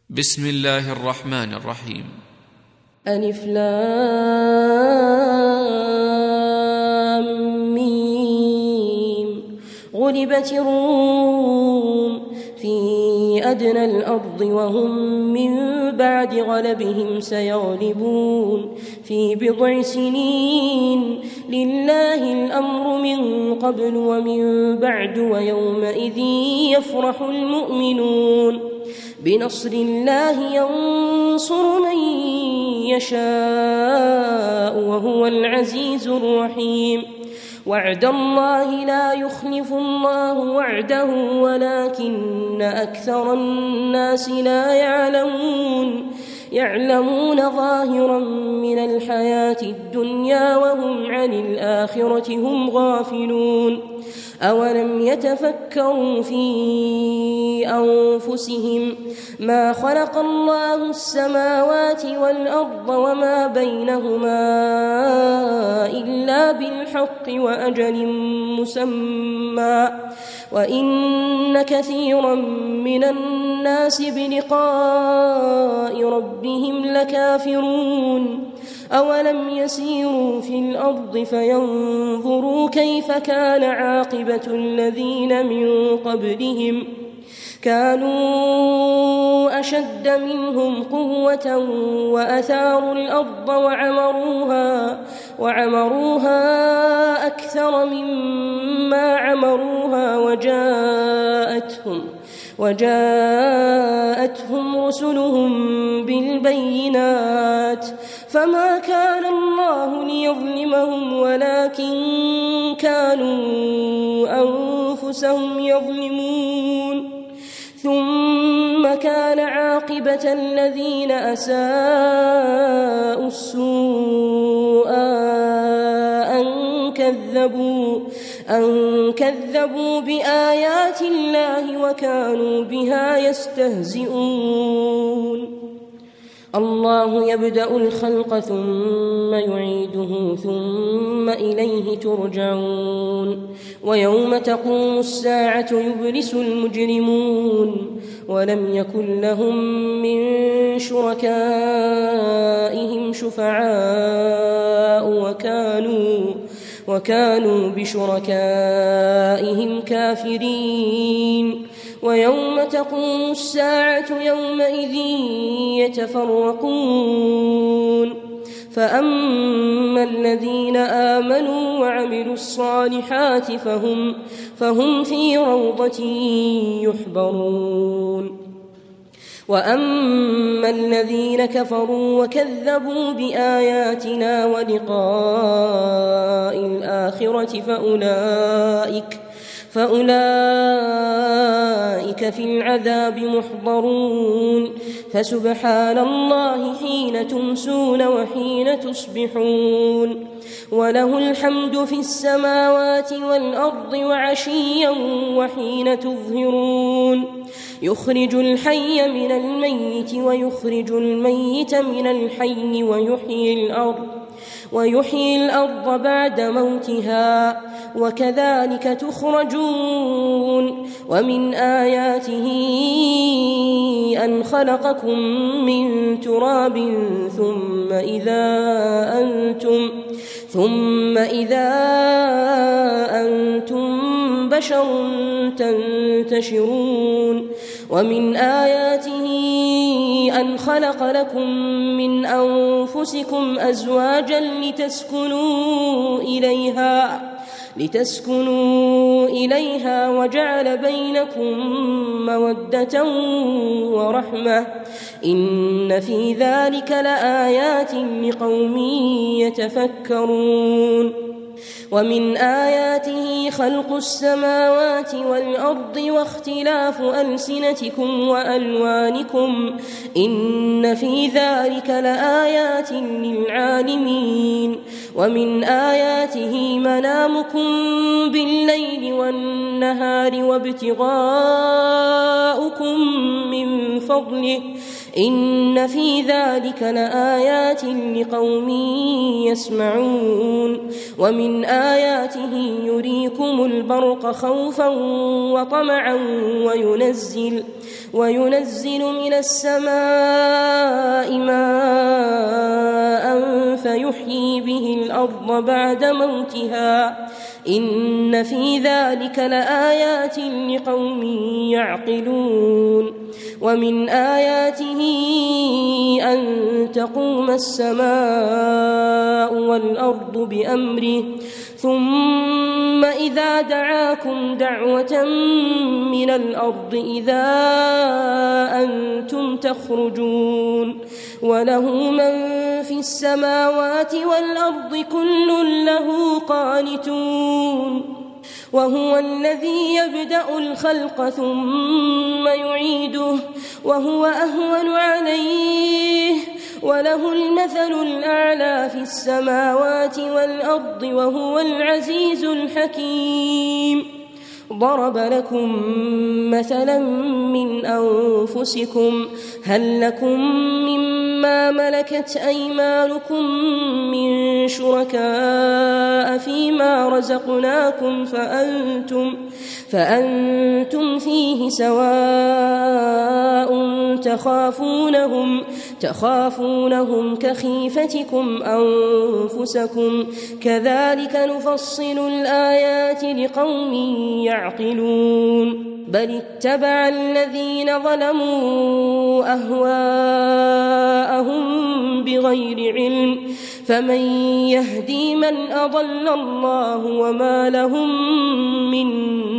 بسم الله الرحمن الرحيم. ألف لام ميم. غلبت الروم في أدنى الأرض وهم من بعد غلبهم سيغلبون في بضع سنين. لله الأمر من قبل ومن بعد ويومئذ يفرح المؤمنون. بنصر الله ينصر من يشاء وهو العزيز الرحيم. وعد الله لا يخلف الله وعده ولكن أكثر الناس لا يعلمون ظاهرا من الحياة الدنيا وهم عن الآخرة هم غافلون. أولم يتفكروا في أنفسهم ما خلق الله السماوات والأرض وما بينهما إلا بالحق وأجل مسمى وإن كثيرا من الناس بلقاء ربهم لكافرون. أولم يسيروا في الأرض فينظروا كيف كان عاقبة الذين من قبلهم كانوا أشد منهم قوة وأثاروا الأرض وعمروها أكثر مما عمروها وجاءتهم رسلهم بالبينات فما كان الله ليظلمهم ولكن كانوا أنفسهم يظلمون. ثم كان عاقبة الذين أساءوا السوء أن كذبوا بآيات الله وكانوا بها يستهزئون. الله يبدأ الخلق ثم يعيده ثم إليه ترجعون. ويوم تقوم الساعة يبلس المجرمون ولم يكن لهم من شركائهم شفعاء وكانوا بشركائهم كافرين. ويوم تقوم الساعة يومئذ يتفرقون فأما الذين آمنوا وعملوا الصالحات فهم في روضة يحبرون. وأما الذين كفروا وكذبوا بآياتنا ولقاء الآخرة فأولئك في العذاب محضرون. فسبحان الله حين تمسون وحين تصبحون وله الحمد في السماوات والأرض وعشيا وحين تظهرون. يخرج الحي من الميت ويخرج الميت من الحي ويحيي الأرض بعد موتها وكذلك تخرجون. ومن آياته أن خلقكم من تراب ثم إذا أنتم بشر تنتشرون. ومن آياته أن خلق لكم من أنفسكم أزواجا لتسكنوا إليها وجعل بينكم مودة ورحمة إن في ذلك لآيات لقوم يتفكرون. ومن آياته خلق السماوات والأرض واختلاف ألسنتكم وألوانكم إن في ذلك لآيات للعالمين. ومن آياته منامكم بالليل والنهار وابتغاؤكم من فضله إن في ذلك لآيات لقوم يسمعون ومن آياته يريكم البرق خوفا وطمعا وينزل من السماء ماء فيحيي به الأرض بعد موتها إن في ذلك لآيات لقوم يعقلون ومن آياته أن تقوم السماء والأرض بأمره ثم إذا دعاكم دعوة من الأرض إذا أنتم تخرجون وله من في السماوات والأرض كل له قانتون وهو الذي يبدأ الخلق ثم يعيده وهو أهون عليه وله المثل الأعلى في السماوات والأرض وهو العزيز الحكيم ضرب لكم مثلا من أنفسكم هل لكم مما ملكت أيمانكم من شركاء فيما رزقناكم فأنتم فيه سواء تخافونهم كخيفتكم أنفسكم كذلك نفصل الآيات لقوم يعقلون بل اتبع الذين ظلموا أهواءهم بغير علم فمن يهدي من أضل الله وما لهم من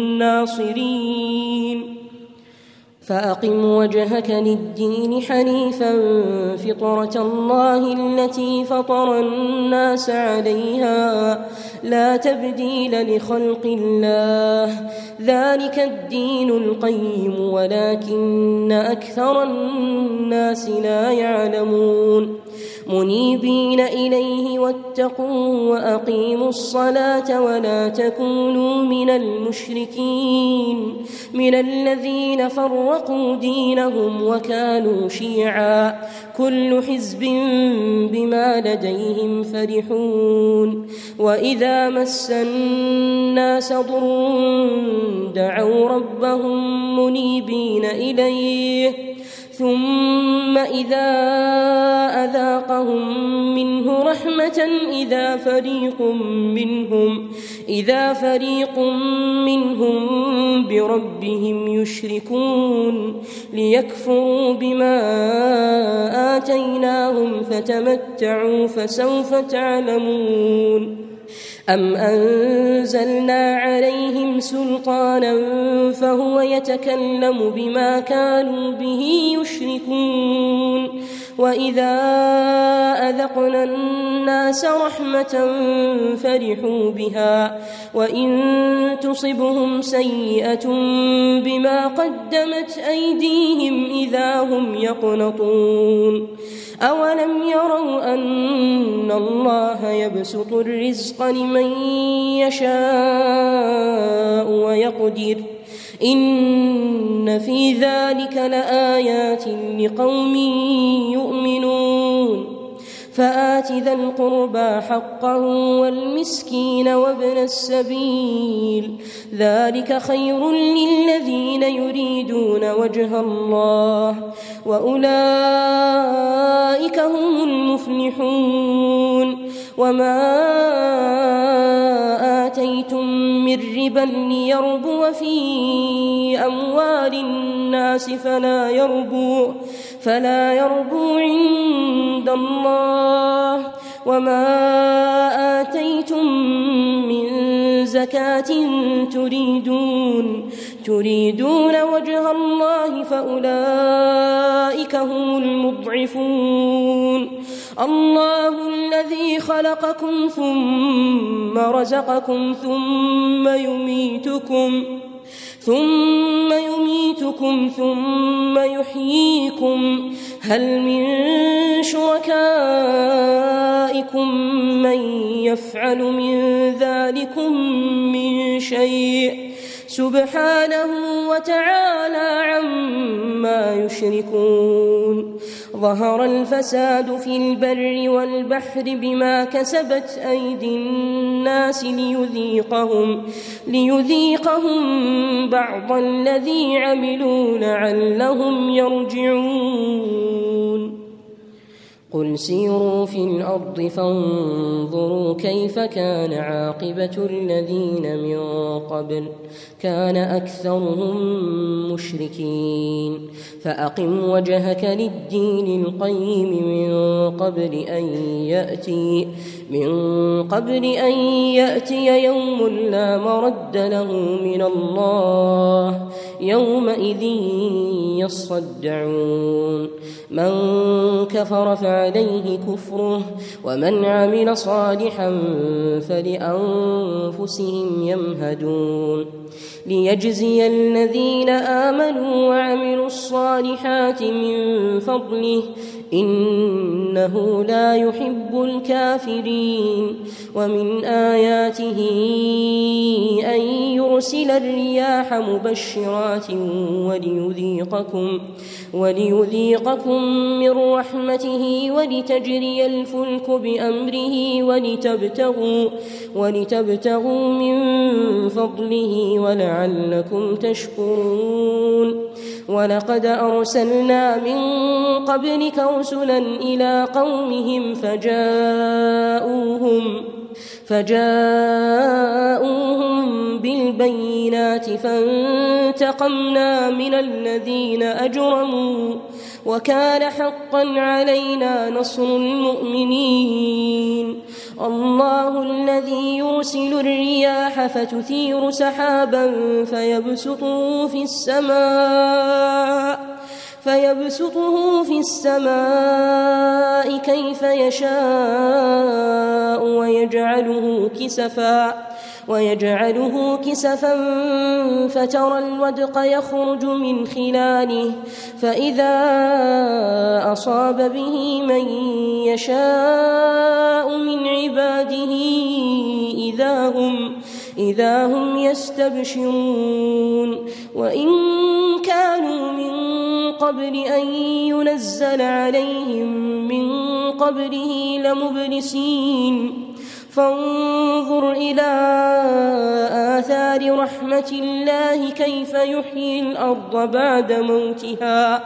ناصرين فأقم وجهك للدين حنيفا فطرة الله التي فطر الناس عليها لا تبديل لخلق الله ذلك الدين القيم ولكن أكثر الناس لا يعلمون منيبين إليه واتقوا وأقيموا الصلاة ولا تكونوا من المشركين من الذين فرقوا دينهم وكانوا شيعا كل حزب بما لديهم فرحون وإذا مس الناس ضر دعوا ربهم منيبين إليه ثم إذا أذاقهم منه رحمة إذا فريق منهم بربهم يشركون ليكفروا بما آتيناهم فتمتعوا فسوف تعلمون أم أنزلنا عليهم سلطانا فهو يتكلم بما كانوا به يشركون وإذا أذقنا الناس رحمة فرحوا بها وإن تصبهم سيئة بما قدمت أيديهم إذا هم يقنطون أولم يروا أن الله يبسط الرزق لمن يشاء ويقدر إن في ذلك لآيات لقوم يؤمنون فآت ذا القربى حقه والمسكين وابن السبيل ذلك خير للذين يريدون وجه الله وأولئك هم المفلحون وما آتيتم من ربا ليربو في أموال الناس فلا يربو عند الله وما آتيتم من زكاة تريدون وجه الله فأولئك هم المضعفون الله الذي خلقكم ثم رزقكم ثم يميتكم ثم يحييكم هل من شركائكم من يفعل من ذلكم من شيء سبحانه وتعالى عما يشركون ظهر الفساد في البر والبحر بما كسبت أيدي الناس ليذيقهم بعض الذي عملوا لعلهم يرجعون قل سيروا في الأرض فانظروا كيف كان عاقبة الذين من قبل كان أكثرهم مشركين فأقم وجهك للدين القيم من قبل أن يأتي يوم لا مرد له من الله يومئذ يصدعون من كفر فعليه كفره ومن عمل صالحا فلأنفسهم يمهدون ليجزي الذين آمنوا وعملوا الصالحات من فضله إنه لا يحب الكافرين ومن آياته أن يرسل الرياح مبشرات وليذيقكم من رحمته ولتجري الفلك بأمره ولتبتغوا من فضله ولعلكم تشكرون ولقد أرسلنا من قبلك رسلا إلى قومهم فجاءوهم بالبينات فانتقمنا من الذين أجرموا وكان حقا علينا نصر المؤمنين الله الذي يرسل الرياح فتثير سحابا فيبسطه في السماء كيف يشاء ويجعله كسفا فترى الودق يخرج من خلاله فإذا أصاب به من يشاء من عباده إذا هم يستبشرون وإن كانوا من قبل أن ينزل عليهم من قبله لمبلسين فانظر إلى آثار رحمة الله كيف يحيي الأرض بعد موتها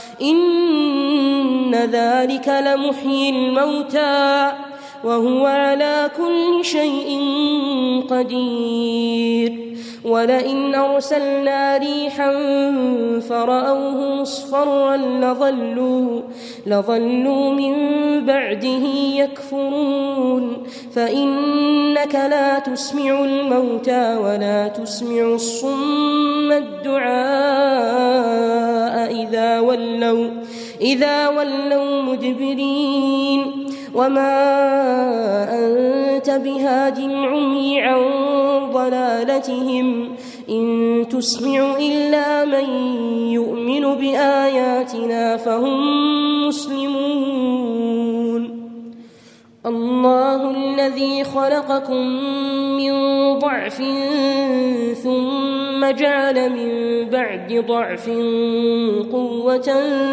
إن ذلك لمحيي الموتى وهو على كل شيء قدير ولئن أرسلنا ريحا فرأوه مصفرا لظلوا من بعده يكفرون فإنك لا تسمع الموتى ولا تسمع الصم الدعاء إذا ولوا مدبرين وما أنت بهاد العمي عن ضلالتهم إن تسمع إلا من يؤمن بآياتنا فهم مسلمون الله الذي خلقكم من ضعف ثم جعل من بعد ضعف قوة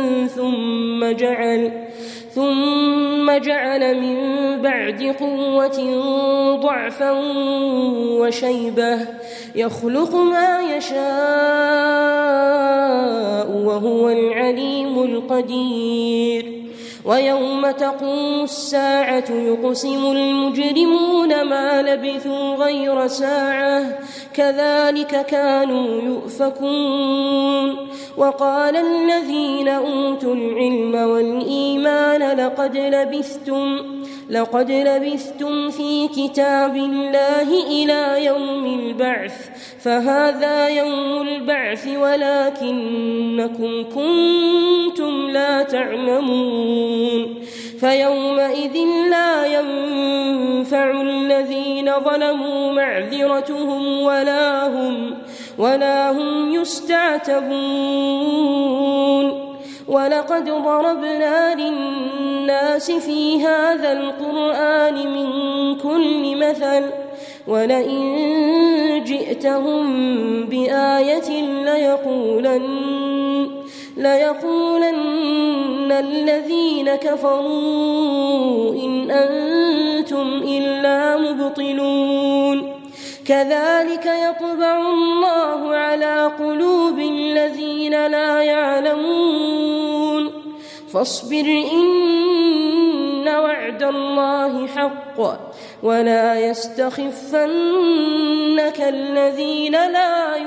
ثم جعل من بعد قوة ضعفا وشيبة يخلق ما يشاء وهو العليم القدير ويوم تقوم الساعة يقسم المجرمون ما لبثوا غير ساعة كذلك كانوا يؤفكون وقال الذين أوتوا العلم والإيمان لقد لبثتم في كتاب الله إلى يوم البعث فهذا يوم البعث ولكنكم كنتم لا تعلمون فيومئذ لا ينفع الذين ظلموا معذرتهم ولا هم يستعتبون ولقد ضربنا للناس في هذا القرآن من كل مثل ولئن ليقولن الذين كفروا إن أنتم إلا مبطلون كذلك يطبع الله على قلوب الذين لا يعلمون فاصبر إن وعد الله حق ولا يستخفنك الذين لا